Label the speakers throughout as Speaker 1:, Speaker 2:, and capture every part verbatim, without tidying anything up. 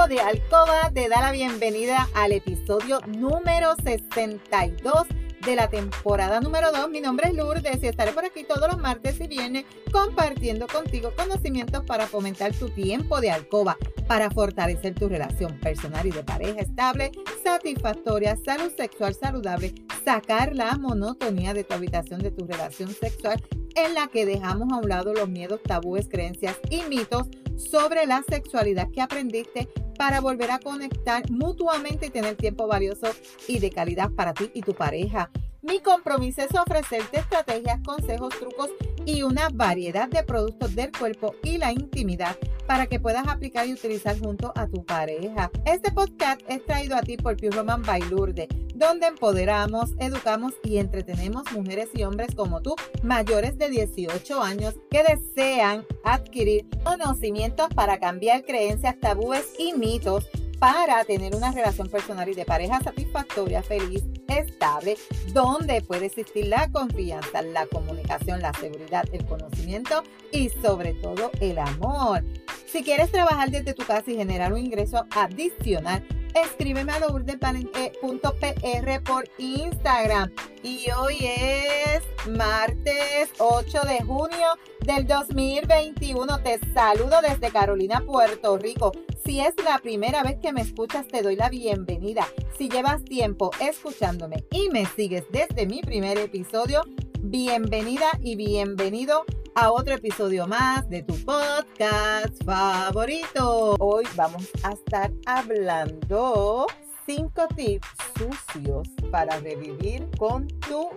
Speaker 1: Tiempo de Alcoba te da la bienvenida al episodio número sesenta y dos de la temporada número dos. Mi nombre es Lourdes y estaré por aquí todos los martes y viernes compartiendo contigo conocimientos para fomentar tu tiempo de alcoba, para fortalecer tu relación personal y de pareja estable, satisfactoria, salud sexual saludable, sacar la monotonía de tu habitación de tu relación sexual en la que dejamos a un lado los miedos, tabúes, creencias y mitos sobre la sexualidad que aprendiste para volver a conectar mutuamente y tener tiempo valioso y de calidad para ti y tu pareja. Mi compromiso es ofrecerte estrategias, consejos, trucos y una variedad de productos del cuerpo y la intimidad para que puedas aplicar y utilizar junto a tu pareja. Este podcast es traído a ti por Pure Romance by Lourdes, donde empoderamos, educamos y entretenemos mujeres y hombres como tú, mayores de dieciocho años, que desean adquirir conocimientos para cambiar creencias, tabúes y mitos para tener una relación personal y de pareja satisfactoria, feliz, estable, donde puede existir la confianza, la comunicación, la seguridad, el conocimiento y sobre todo el amor. Si quieres trabajar desde tu casa y generar un ingreso adicional, escríbeme a lourdes punto p r por Instagram. Y hoy es martes ocho de junio del dos mil veintiuno. Te saludo desde Carolina, Puerto Rico. Si es la primera vez que me escuchas, te doy la bienvenida. Si llevas tiempo escuchándome y me sigues desde mi primer episodio, bienvenida y bienvenido a otro episodio más de tu podcast favorito. Hoy vamos a estar hablando cinco tips sucios para revivir con tu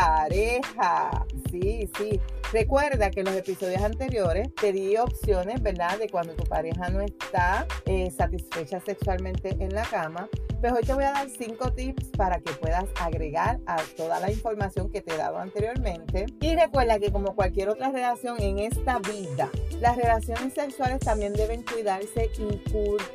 Speaker 1: pareja. Sí, sí. Recuerda que en los episodios anteriores te di opciones, ¿verdad? De cuando tu pareja no está eh, satisfecha sexualmente en la cama. Pues hoy te voy a dar cinco tips para que puedas agregar a toda la información que te he dado anteriormente. Y recuerda que como cualquier otra relación en esta vida, las relaciones sexuales también deben cuidarse y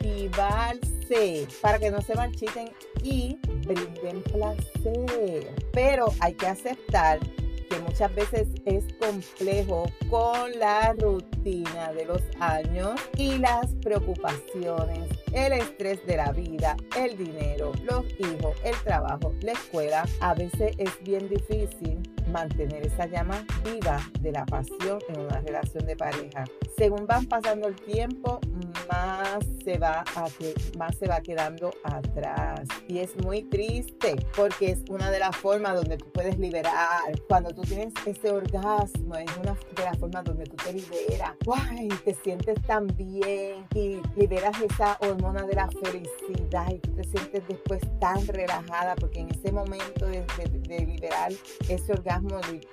Speaker 1: cultivarse para que no se marchiten y brinden placer. Pero hay que aceptar que muchas veces es complejo con la rutina de los años y las preocupaciones, el estrés de la vida, el dinero, los hijos, el trabajo, la escuela. A veces es bien difícil mantener esa llama viva de la pasión en una relación de pareja. Según van pasando el tiempo, más se va a que, más se va quedando atrás. Y es muy triste porque es una de las formas donde tú puedes liberar. Cuando tú tienes ese orgasmo, es una de las formas donde tú te liberas. ¡Guay! Te sientes tan bien y liberas esa hormona de la felicidad y tú te sientes después tan relajada porque en ese momento de, de, de liberar ese orgasmo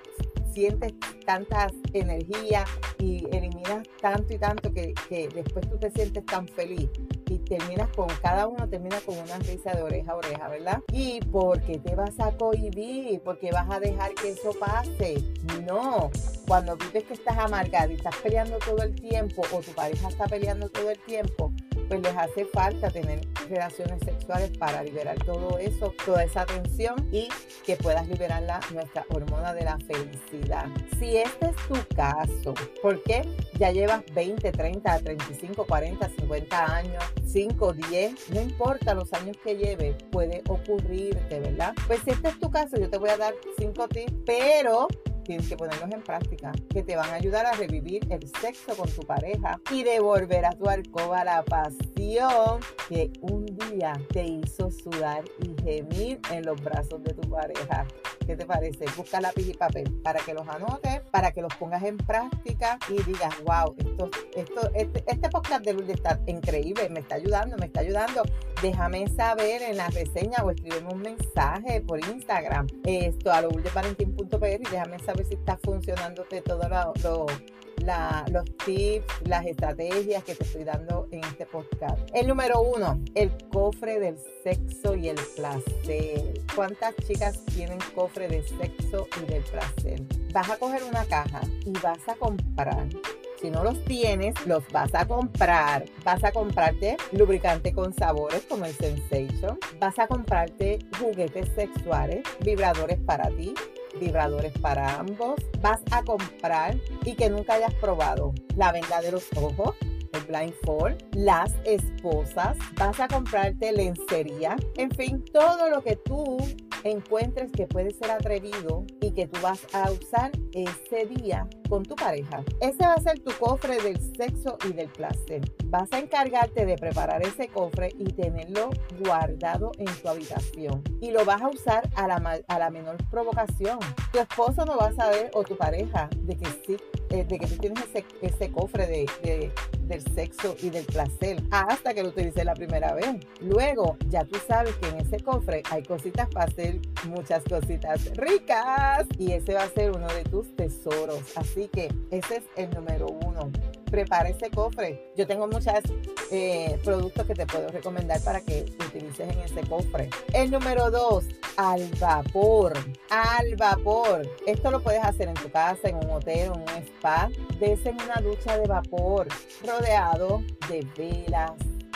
Speaker 1: sientes tantas energías y eliminas tanto y tanto que, que después tú te sientes tan feliz y terminas con, cada uno termina con una risa de oreja a oreja, ¿verdad? ¿Y por qué te vas a cohibir? ¿Por qué vas a dejar que eso pase? No, cuando vives que estás amargado y estás peleando todo el tiempo o tu pareja está peleando todo el tiempo, pues les hace falta tener relaciones sexuales para liberar todo eso, toda esa tensión y que puedas liberar la, nuestra hormona de la felicidad. Si este es tu caso, porque ya llevas veinte, treinta, treinta y cinco, cuarenta, cincuenta años, cinco, diez, no importa los años que lleves, puede ocurrirte, ¿verdad? Pues si este es tu caso, yo te voy a dar cinco tips, pero tienes que ponerlos en práctica, que te van a ayudar a revivir el sexo con tu pareja y devolver a tu alcoba la pasión que un día te hizo sudar y gemir en los brazos de tu pareja. ¿Qué te parece? Busca lápiz y papel para que los anotes, para que los pongas en práctica y digas, wow, esto, esto, este, este podcast de Lourdes está increíble, me está ayudando, me está ayudando. Déjame saber en la reseña o escríbeme un mensaje por Instagram, esto a lourdes valentín punto p r y déjame saber si está funcionándote todo lo, lo, la, los tips, las estrategias que te estoy dando en este podcast. El número uno, el cofre del sexo y el placer. ¿Cuántas chicas tienen cofre de sexo y del placer? Vas a coger una caja y vas a comprar. Si no los tienes, los vas a comprar. Vas a comprarte lubricante con sabores como el Sensation. Vas a comprarte juguetes sexuales, vibradores para ti, vibradores para ambos. Vas a comprar y que nunca hayas probado la venda de los ojos. Es blindfold, las esposas, vas a comprarte lencería, en fin, todo lo que tú encuentres que puede ser atrevido y que tú vas a usar ese día con tu pareja. Ese va a ser tu cofre del sexo y del placer. Vas a encargarte de preparar ese cofre y tenerlo guardado en tu habitación. Y lo vas a usar a la, a la menor provocación. Tu esposo no va a saber, o tu pareja, de que sí, de que tú tienes ese, ese cofre de, de, del sexo y del placer hasta que lo utilices la primera vez. Luego ya tú sabes que en ese cofre hay cositas para hacer muchas cositas ricas y ese va a ser uno de tus tesoros. Así que ese es el número uno. Prepara ese cofre. Yo tengo muchos eh, productos que te puedo recomendar para que utilices en ese cofre. El número dos, al vapor. Al vapor. Esto lo puedes hacer en tu casa, en un hotel, en un spa. Ves en una ducha de vapor rodeado de velas,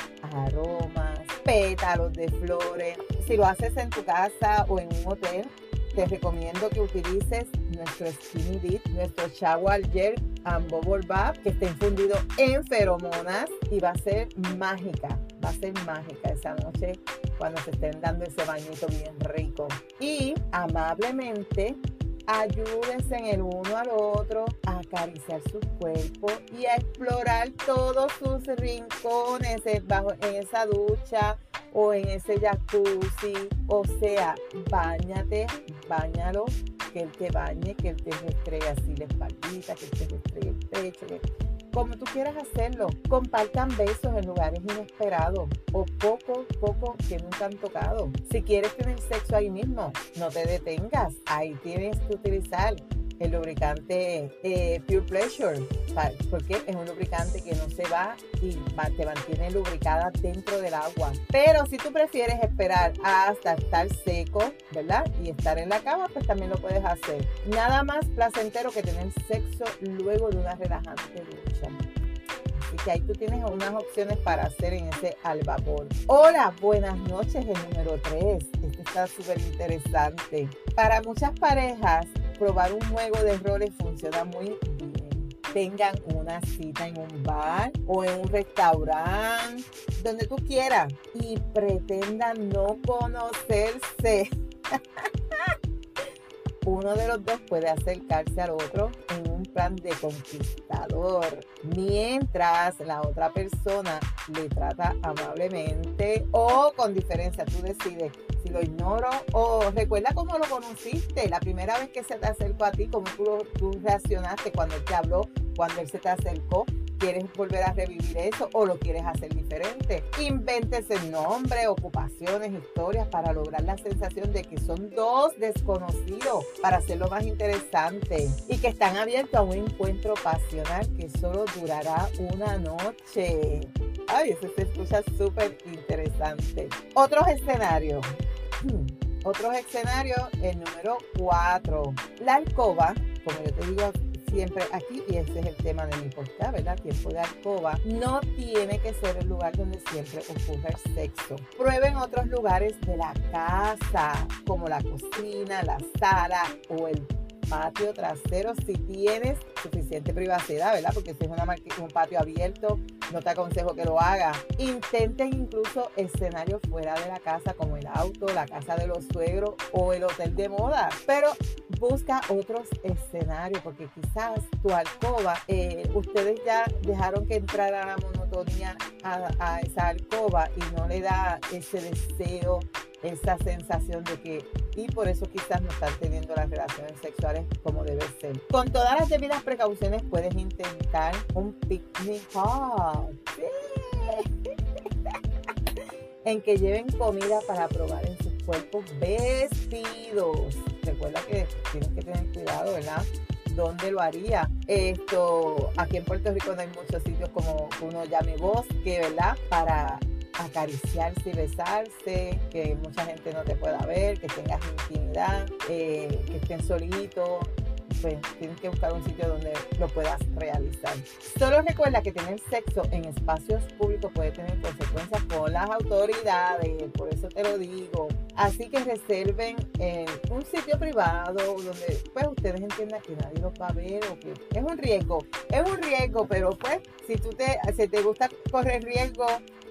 Speaker 1: aromas, pétalos de flores. Si lo haces en tu casa o en un hotel, te recomiendo que utilices nuestro Skinny Dip, nuestro Shower Gel and Bubble Bath, que está infundido en feromonas y va a ser mágica, va a ser mágica esa noche cuando se estén dando ese bañito bien rico. Y amablemente ayúdense en el uno al otro a acariciar su cuerpo y a explorar todos sus rincones bajo en esa ducha o en ese jacuzzi. O sea, báñate, báñalo, que él te bañe, que él te restregue así la espaldita, que él te restregue el pecho, que... como tú quieras hacerlo. Compartan besos en lugares inesperados o poco, poco que nunca han tocado. Si quieres tener sexo ahí mismo, no te detengas. Ahí tienes que utilizar el lubricante eh, Pure Pleasure, porque es un lubricante que no se va y va, te mantiene lubricada dentro del agua. Pero si tú prefieres esperar hasta estar seco, ¿verdad? Y estar en la cama, pues también lo puedes hacer. Nada más placentero que tener sexo luego de una relajante ducha. Así que ahí tú tienes unas opciones para hacer en ese al vapor. Hola, buenas noches, el número tres. Este está súper interesante. Para muchas parejas, probar un juego de roles funciona muy bien. Tengan una cita en un bar o en un restaurante, donde tú quieras, y pretendan no conocerse. Uno de los dos puede acercarse al otro en un plan de conquistador, mientras la otra persona le trata amablemente o con diferencia. Tú decides si lo ignoro o recuerda cómo lo conociste, la primera vez que se te acercó a ti, cómo tú, lo, tú reaccionaste cuando él te habló, cuando él se te acercó. ¿Quieres volver a revivir eso o lo quieres hacer diferente? Invéntese nombre, ocupaciones, historias para lograr la sensación de que son dos desconocidos, para hacerlo más interesante y que están abiertos a un encuentro pasional que solo durará una noche. Ay, eso se escucha súper interesante. Otros escenarios. Otros escenarios, el número cuatro. La alcoba, como yo te digo siempre aquí, y ese es el tema de mi podcast, ¿verdad? Tiempo de alcoba. No tiene que ser el lugar donde siempre ocurre el sexo. Prueben otros lugares de la casa, como la cocina, la sala o el patio trasero, si tienes suficiente privacidad, ¿verdad? Porque si es una un patio abierto, no te aconsejo que lo hagas. Intenten incluso escenarios fuera de la casa, como el auto, la casa de los suegros o el hotel de moda. Pero busca otros escenarios, porque quizás tu alcoba, eh, ustedes ya dejaron que entrara la monotonía a, a esa alcoba y no le da ese deseo, esa sensación de que, y por eso quizás no están teniendo las relaciones sexuales como debe ser. Con todas las debidas precauciones puedes intentar un picnic hot, sí. en que lleven comida para probar en sus cuerpos vestidos. Recuerda que tienes que tener cuidado, ¿verdad? ¿Dónde lo haría? Esto, aquí en Puerto Rico no hay muchos sitios como uno llame bosque, ¿verdad? Para acariciarse y besarse, que mucha gente no te pueda ver, que tengas intimidad, eh, que estén solitos. Pues tienes que buscar un sitio donde lo puedas realizar. Solo recuerda que tener sexo en espacios públicos puede tener consecuencias con las autoridades, por eso te lo digo. Así que reserven eh, un sitio privado donde pues ustedes entiendan que nadie los va a ver o que es un riesgo, es un riesgo, pero pues si tú te, si te gusta correr riesgo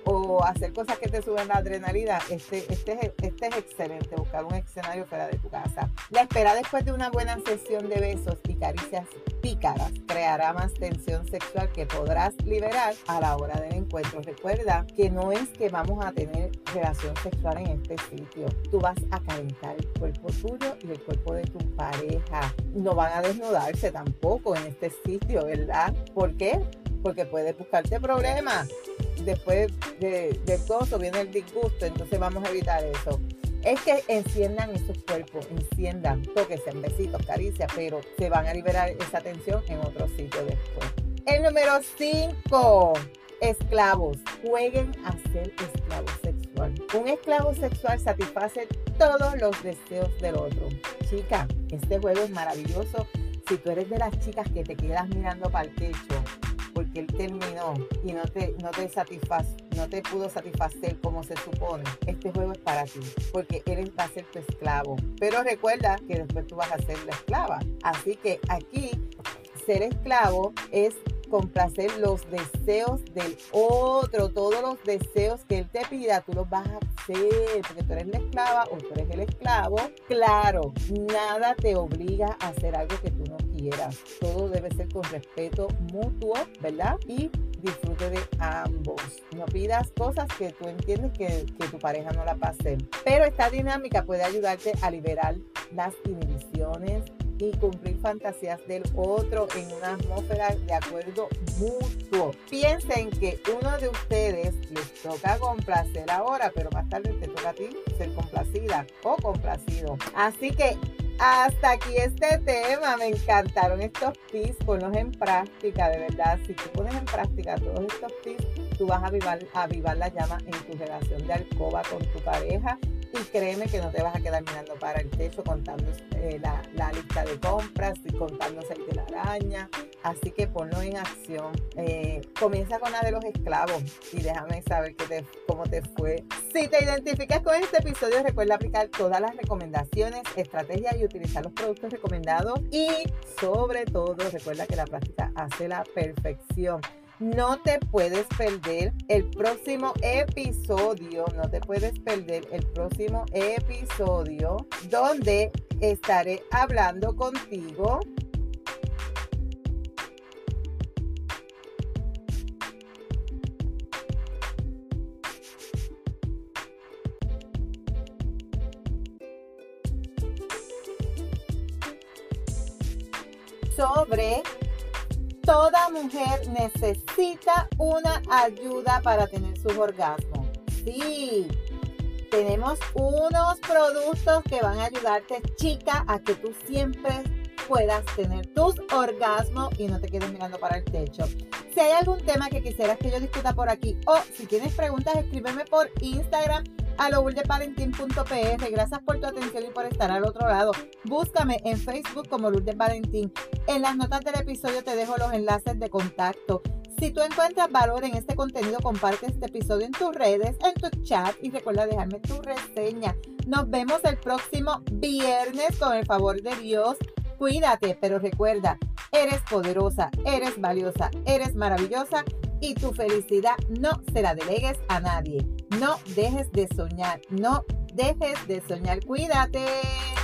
Speaker 1: o hacer cosas que te suben la adrenalina, este, este, es, este es excelente, buscar un escenario fuera de tu casa. La espera después de una buena sesión de besos y caricias pícaras creará más tensión sexual que podrás liberar a la hora del encuentro. Recuerda que no es que vamos a tener relación sexual en este sitio. Tú vas a calentar el cuerpo tuyo y el cuerpo de tu pareja. No van a desnudarse tampoco en este sitio, ¿verdad? ¿Por qué? Porque puedes buscarte problemas. Después de, de gozo viene el disgusto, entonces vamos a evitar eso. Es que enciendan esos cuerpos, enciendan, tóquense, besitos, caricias, pero se van a liberar esa tensión en otro sitio después. El número cinco, esclavos. Jueguen a ser esclavo sexual. Un esclavo sexual satisface todos los deseos del otro. Chica, este juego es maravilloso si tú eres de las chicas que te quedas mirando para el techo porque él terminó y no te, no te satisface, no te pudo satisfacer como se supone. Este juego es para ti, porque él va a ser tu esclavo. Pero recuerda que después tú vas a ser la esclava. Así que aquí, ser esclavo es complacer los deseos del otro. Todos los deseos que él te pida, tú los vas a hacer, porque tú eres la esclava o tú eres el esclavo. Claro, nada te obliga a hacer algo que tú no quieras. Todo debe ser con respeto mutuo, ¿verdad? Y disfrute de ambos. No pidas cosas que tú entiendes que, que tu pareja no la va a hacer. Pero esta dinámica puede ayudarte a liberar las inhibiciones y cumplir fantasías del otro en una atmósfera de acuerdo mutuo. Piensen que uno de ustedes les toca complacer ahora, pero más tarde te toca a ti ser complacida o complacido. Así que hasta aquí este tema. Me encantaron estos tips, ponlos en práctica, de verdad. Si tú pones en práctica todos estos tips, tú vas a avivar, a avivar la llama en tu relación de alcoba con tu pareja. Y créeme que no te vas a quedar mirando para el techo contando eh, la, la lista de compras y contándose el de la araña. Así que ponlo en acción. Eh, comienza con la de los esclavos y déjame saber que te, cómo te fue. Si te identificas con este episodio, recuerda aplicar todas las recomendaciones, estrategias y utilizar los productos recomendados. Y sobre todo, recuerda que la práctica hace la perfección. No te puedes perder el próximo episodio, no te puedes perder el próximo episodio donde estaré hablando contigo sobre toda mujer necesita una ayuda para tener sus orgasmos. Sí, tenemos unos productos que van a ayudarte, chica, a que tú siempre puedas tener tus orgasmos y no te quedes mirando para el techo. Si hay algún tema que quisieras que yo discuta por aquí o si tienes preguntas, escríbeme por Instagram a lourdes valentín punto p r. Gracias por tu atención y por estar al otro lado. Búscame en Facebook como Lourdes Valentín. En las notas del episodio te dejo los enlaces de contacto. Si tú encuentras valor en este contenido, comparte este episodio en tus redes, en tu chat y recuerda dejarme tu reseña. Nos vemos el próximo viernes con el favor de Dios. Cuídate, pero recuerda, eres poderosa, eres valiosa, eres maravillosa y tu felicidad no se la delegues a nadie. No dejes de soñar, no dejes de soñar. Cuídate.